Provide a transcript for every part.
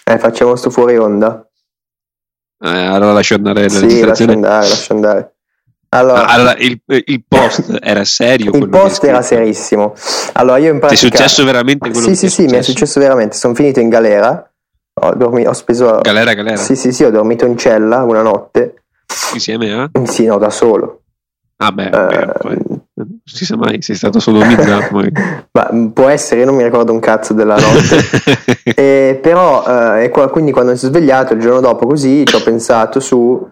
Facciamo sto fuori onda. Allora lascio andare la Sì, registrazione. lascia andare. Allora, il post era serio? Il post era serissimo. Allora io in pratica... Ti è successo veramente quello che ti è successo? Mi è successo veramente. Sono finito in galera. Ho speso... Galera? Sì, ho dormito in cella una notte. Insieme a? Sì, no, da solo. Ah beh, poi non si sa mai, sei stato sodomizzato. Ma può essere, io non mi ricordo un cazzo della notte. Però quindi quando mi sono svegliato il giorno dopo così ci ho pensato su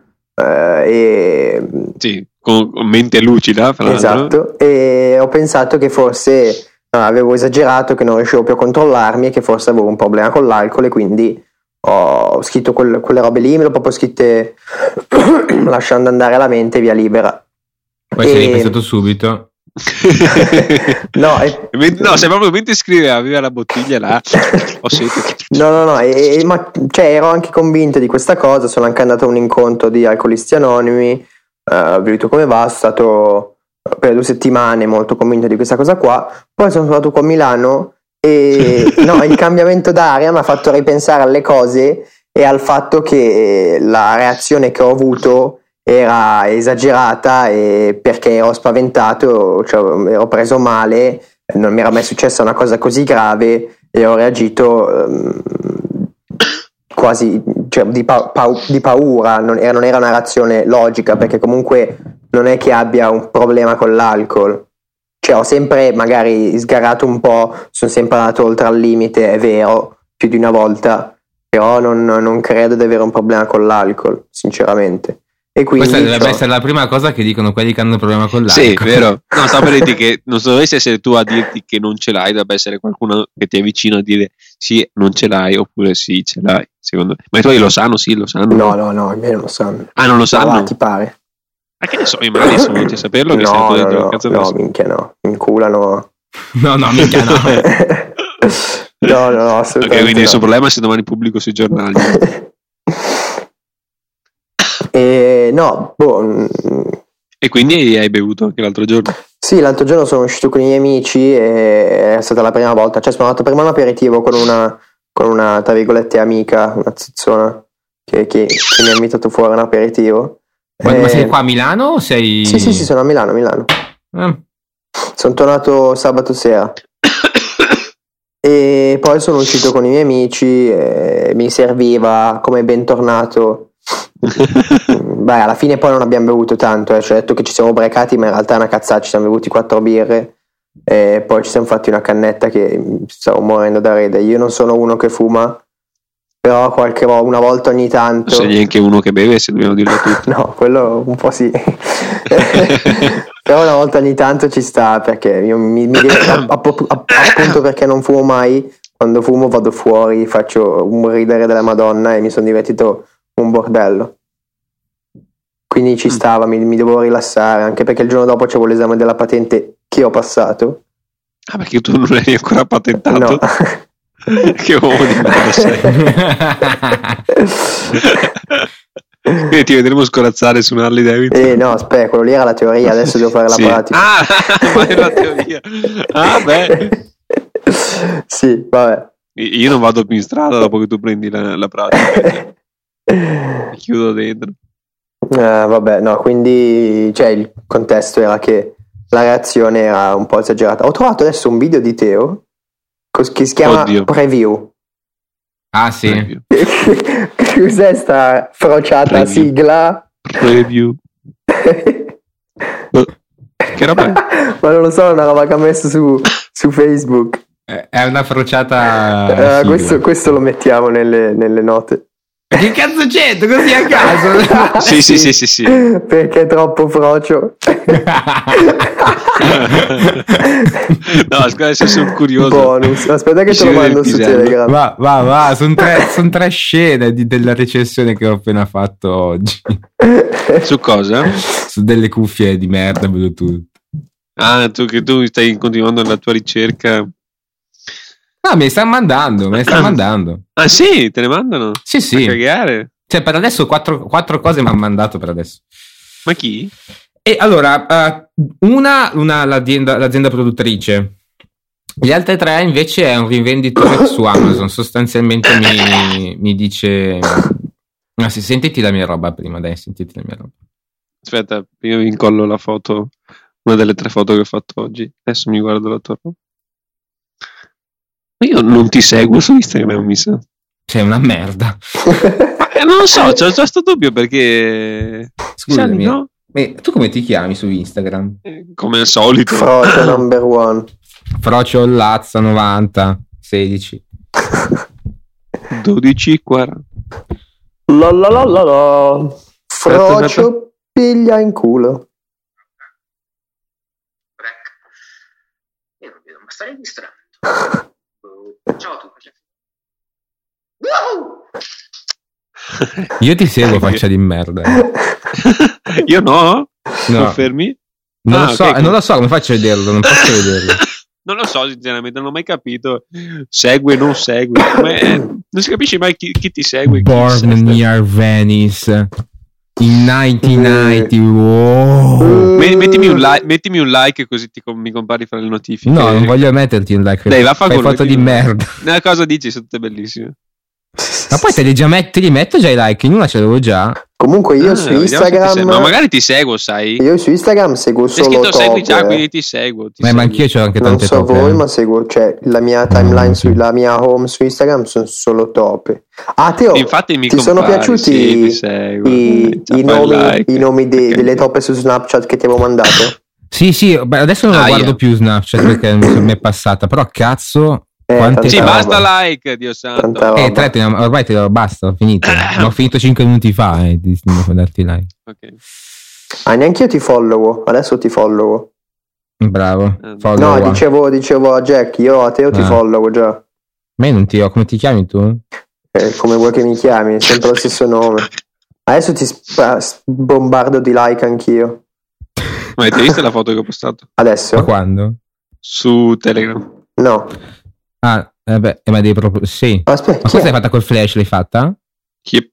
sì, con mente lucida, fra l'altro. Esatto, e ho pensato che forse avevo esagerato, che non riuscivo più a controllarmi e che forse avevo un problema con l'alcol, e quindi ho scritto quelle robe lì, me le ho proprio scritte lasciando andare la mente via libera. Poi ci hai pensato subito. No, se proprio mentre scriveva, aveva la bottiglia là. No, ma cioè, ero anche convinto di questa cosa. Sono anche andato a un incontro di Alcolisti Anonimi, ho visto come va, sono stato per 2 settimane molto convinto di questa cosa qua. Poi sono stato qua a Milano e il cambiamento d'aria mi ha fatto ripensare alle cose e al fatto che la reazione che ho avuto era esagerata, e perché ero spaventato, cioè ero preso male, non mi era mai successa una cosa così grave e ho reagito quasi, cioè, di paura. Non era una reazione logica, perché comunque non è che abbia un problema con l'alcol. Cioè, ho sempre magari sgarato un po', sono sempre andato oltre al limite, è vero, più di una volta, però non credo di avere un problema con l'alcol, sinceramente. E quindi, questa dovrebbe essere la prima cosa che dicono quelli che hanno un problema con l'alcol. Sì, vero. No, sto per dirti che non dovessi essere tu a dirti che non ce l'hai, dovrebbe essere qualcuno che ti è vicino a dire sì, non ce l'hai, oppure sì, ce l'hai, secondo me. Ma i tuoi lo sanno? Sì, lo sanno? No, a me non lo sanno. Ah, non lo sanno? Ma ti pare? Ma che ne so, magari sono a saperlo che sei dentro il cazzo. No, minchia no, mi inculano. No, minchia no. No, assolutamente. Ok, quindi il suo problema è se domani pubblico sui giornali. E quindi hai bevuto anche l'altro giorno? Sì, l'altro giorno sono uscito con i miei amici e è stata la prima volta. Cioè, sono andato prima un aperitivo con una tra virgolette amica, una zizzona che mi ha invitato fuori un aperitivo. Ma sei qua a Milano o sei... Sì, sono a Milano. Sono tornato sabato sera. E poi sono uscito con i miei amici e mi serviva come bentornato. Beh, alla fine poi non abbiamo bevuto tanto, cioè ho detto che ci siamo ubriacati, ma in realtà è una cazzata, ci siamo bevuti 4 birre e poi ci siamo fatti una cannetta che stavo morendo da ridere. Io non sono uno che fuma, però una volta ogni tanto... Non sei neanche uno che beve, se dobbiamo dirlo tutti. No, quello un po' sì. Però una volta ogni tanto ci sta, perché io appunto perché non fumo mai, quando fumo vado fuori, faccio un ridere della Madonna e mi sono divertito un bordello. Quindi ci stava, mi dovevo rilassare, anche perché il giorno dopo c'avevo l'esame della patente che ho passato. Ah, perché tu non eri ancora patentato? No. Che uomo di merda sei. Quindi ti vedremo scorazzare su un Harley Davidson. No, aspetta, quello lì era la teoria, adesso devo fare la pratica. Ma è la teoria. Beh. Sì, vabbè. Io non vado più in strada dopo che tu prendi la pratica. Mi chiudo dentro. Vabbè, no, quindi cioè, il contesto era che la reazione era un po' esagerata. Ho trovato adesso un video di Teo che si chiama Preview. Ah sì. Cos'è sta frociata sigla? Preview. Che roba è? Ma non lo so, è una roba che ha messo su Facebook. È una frociata questo lo mettiamo nelle note. Che cazzo c'è? Così a caso? Sì. Perché è troppo frocio. No, adesso sono curioso. Bonus. Aspetta che te lo mando su Telegram. Va. Sono tre scene della recensione che ho appena fatto oggi. Su cosa? Su delle cuffie di merda Bluetooth. Ah, tu stai continuando la tua ricerca. No, me ne stanno mandando. Ah sì, te ne mandano? Sì. A cagare. Cioè, per adesso quattro cose mi hanno mandato per adesso. Ma chi? E allora, l'azienda produttrice Gli altre 3 invece è un rivenditore su Amazon. Sostanzialmente mi dice: no, sì, sentiti la mia roba prima, dai, sentiti la mia roba. Aspetta, io vi incollo la foto, una delle 3 foto che ho fatto oggi. Adesso mi guardo la tua roba. Ma io non ti seguo su Instagram, mi sa. Sei una merda. Non lo so, c'ho questo dubbio perché... Scusami, no? Tu come ti chiami su Instagram? Come al solito. Frocio number one. Frocio Lazza 90 16 12 40. La la la la la. Frocio piglia in culo. Io non vedo, ma stai distraendo. Ciao tu. Io ti seguo, faccia di merda. Io no? No. Confermi? Non lo so, ok, non lo so come faccio a vederlo, non posso vederlo. Non lo so, sinceramente, non ho mai capito. Segue, non segue. Non si capisce mai chi ti segue. Born near Venice in 1990. Wow. Mettimi un like così mi compari fra le notifiche. No, non voglio metterti un like. Dai, fai foto di merda. Una cosa dici, sono tutte bellissime. Ma poi te li metto già i like, in una ce l'avevo già. Comunque io su Instagram... Ma magari ti seguo, sai? Io su Instagram seguo solo scritto top, segui già, quindi ti seguo. Ma anch'io c'ho anche tante top. Non so voi, ma seguo, cioè la mia timeline, la mia home su Instagram sono solo top. Ah, Teo, infatti ti sono piaciuti i nomi delle top su Snapchat che ti avevo mandato? Sì, beh, adesso non lo guardo più Snapchat perché mi è passata, però cazzo... Sì, basta like, Dio santo. Ormai basta, ho finito. Ho finito 5 minuti fa di darti like. Ok. Neanche io ti follow, adesso ti follow. Bravo. No, dicevo a Jack, io a Teo ti follow già. Ma io non ti ho, come ti chiami tu? Come vuoi che mi chiami, sempre lo stesso nome. Adesso ti bombardo di like anch'io. Ma hai visto la foto che ho postato? Adesso? Ma quando? Su Telegram. No. Ma devi proprio... Sì. Aspetta, ma questa l'hai fatta col flash, l'hai fatta? Yep.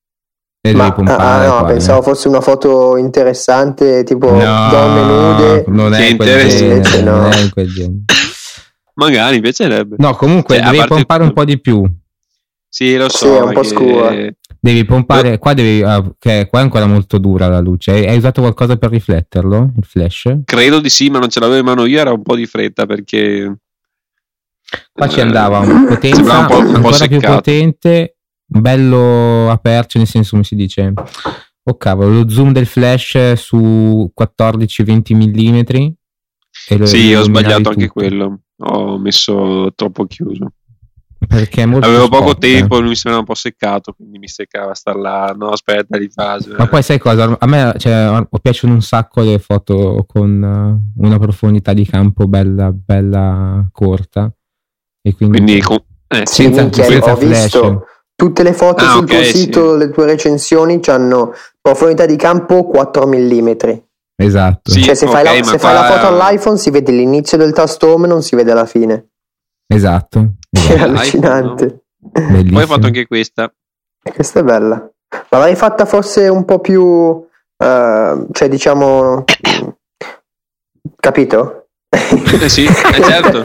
E devi pompare no, pensavo fosse una foto interessante, tipo donne nude. Non è quel genere, non è quel genere. Magari, mi piacerebbe. No, comunque devi pompare un po' di più. Sì, lo so. Sì, è un po' scura. Devi pompare, qua è ancora molto dura la luce. Hai usato qualcosa per rifletterlo, il flash? Credo di sì, ma non ce l'avevo in mano io, era un po' di fretta perché... Qua ci andava una potenza un po' ancora seccato. Più potente, bello aperto, nel senso, come si dice, oh cavolo, lo zoom del flash su 14-20 mm. Sì, ho sbagliato anche quello, ho messo troppo chiuso perché è molto avevo poco tempo, mi sembrava un po' seccato, quindi mi seccava star là. No, aspetta, di fase. Ma poi sai cosa, a me piacciono un sacco le foto con una profondità di campo bella corta. E quindi senza ho flash. Visto tutte le foto sul tuo sito, le tue recensioni hanno profondità di campo 4 mm. Esatto. Sì, cioè se fai la foto all'iPhone si vede l'inizio del tasto home, non si vede la fine. Esatto. È allucinante. No? Poi ho fatto anche questa. Questa è bella. L'avrei fatta forse un po' più cioè diciamo capito? Sì, certo.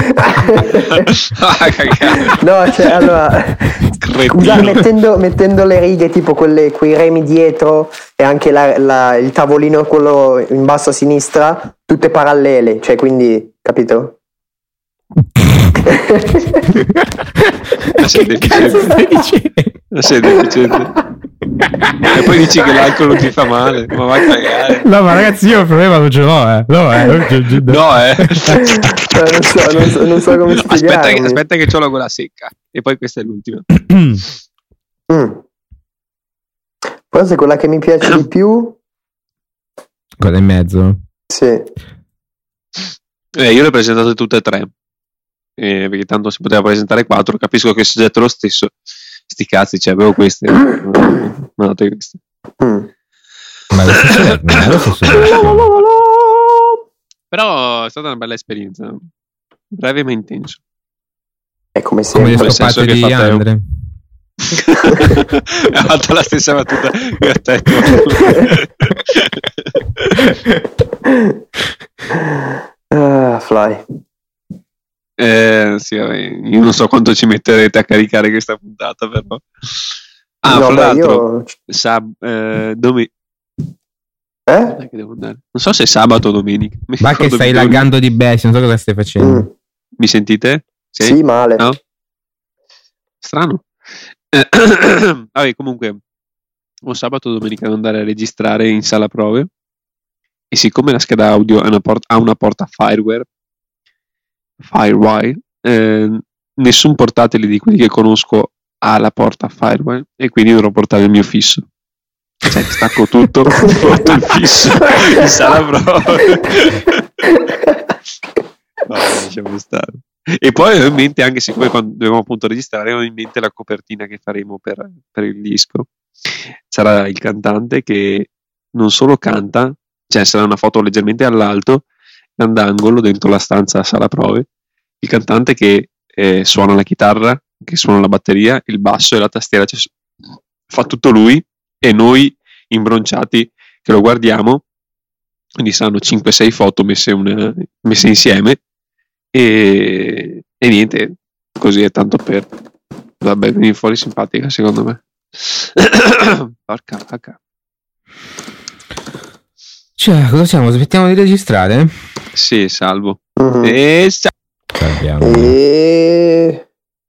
No, cioè allora scusa, mettendo le righe tipo quei remi dietro e anche il tavolino quello in basso a sinistra tutte parallele, cioè quindi capito? Sei deficiente. E poi dici che l'alcol non ti fa male, ma vai a cagare. No, ma ragazzi, io il problema non ce l'ho, non so come spiegarmi. Aspetta che c'ho la gola secca. E poi questa è l'ultima. Forse quella che mi piace di più. Quella in mezzo? Sì. Io le ho presentate tutte e 3. Perché tanto si poteva presentare 4. Capisco che il soggetto è lo stesso. Sti cazzi, cioè avevo queste. Mandate queste. Ma lo stesso. Però è stata una bella esperienza. Breve ma intenso. È come sempre. Come le scopate di Andre. Ha fatto la stessa battuta che ho detto. Fly. Sì, vabbè, io non so quanto ci metterete a caricare questa puntata, però. No, fra beh, l'altro, io... Dov'è che devo andare? Non so se è sabato o domenica. Mi Va che ricordo stai più dove- laggando di bestia, non so cosa stai facendo. Mm, Mi sentite? sì, male. No? Strano. Vabbè, comunque, un sabato o domenica devo andare a registrare in sala prove. E siccome la scheda audio ha una porta Firewire, nessun portatile di quelli che conosco ha la porta Firewire e quindi dovrò portare il mio fisso. Cioè, stacco tutto, porto il fisso in sala prove. No, lasciamo stare. E poi avevo in mente, anche siccome quando dovevamo appunto registrare, avevo in mente la copertina che faremo per il disco. Sarà il cantante che non solo canta, cioè sarà una foto leggermente all'alto, andangolo dentro la stanza a sala prove, il cantante che suona la chitarra, che suona la batteria, il basso e la tastiera, cioè, fa tutto lui e noi imbronciati che lo guardiamo, quindi saranno 5-6 foto messe insieme e niente, così è tanto per vabbè, venire fuori simpatica secondo me. Porca vacca. Cioè, cosa facciamo? Aspettiamo di registrare? Sì, salvo. Mhm. E Salviamo. E...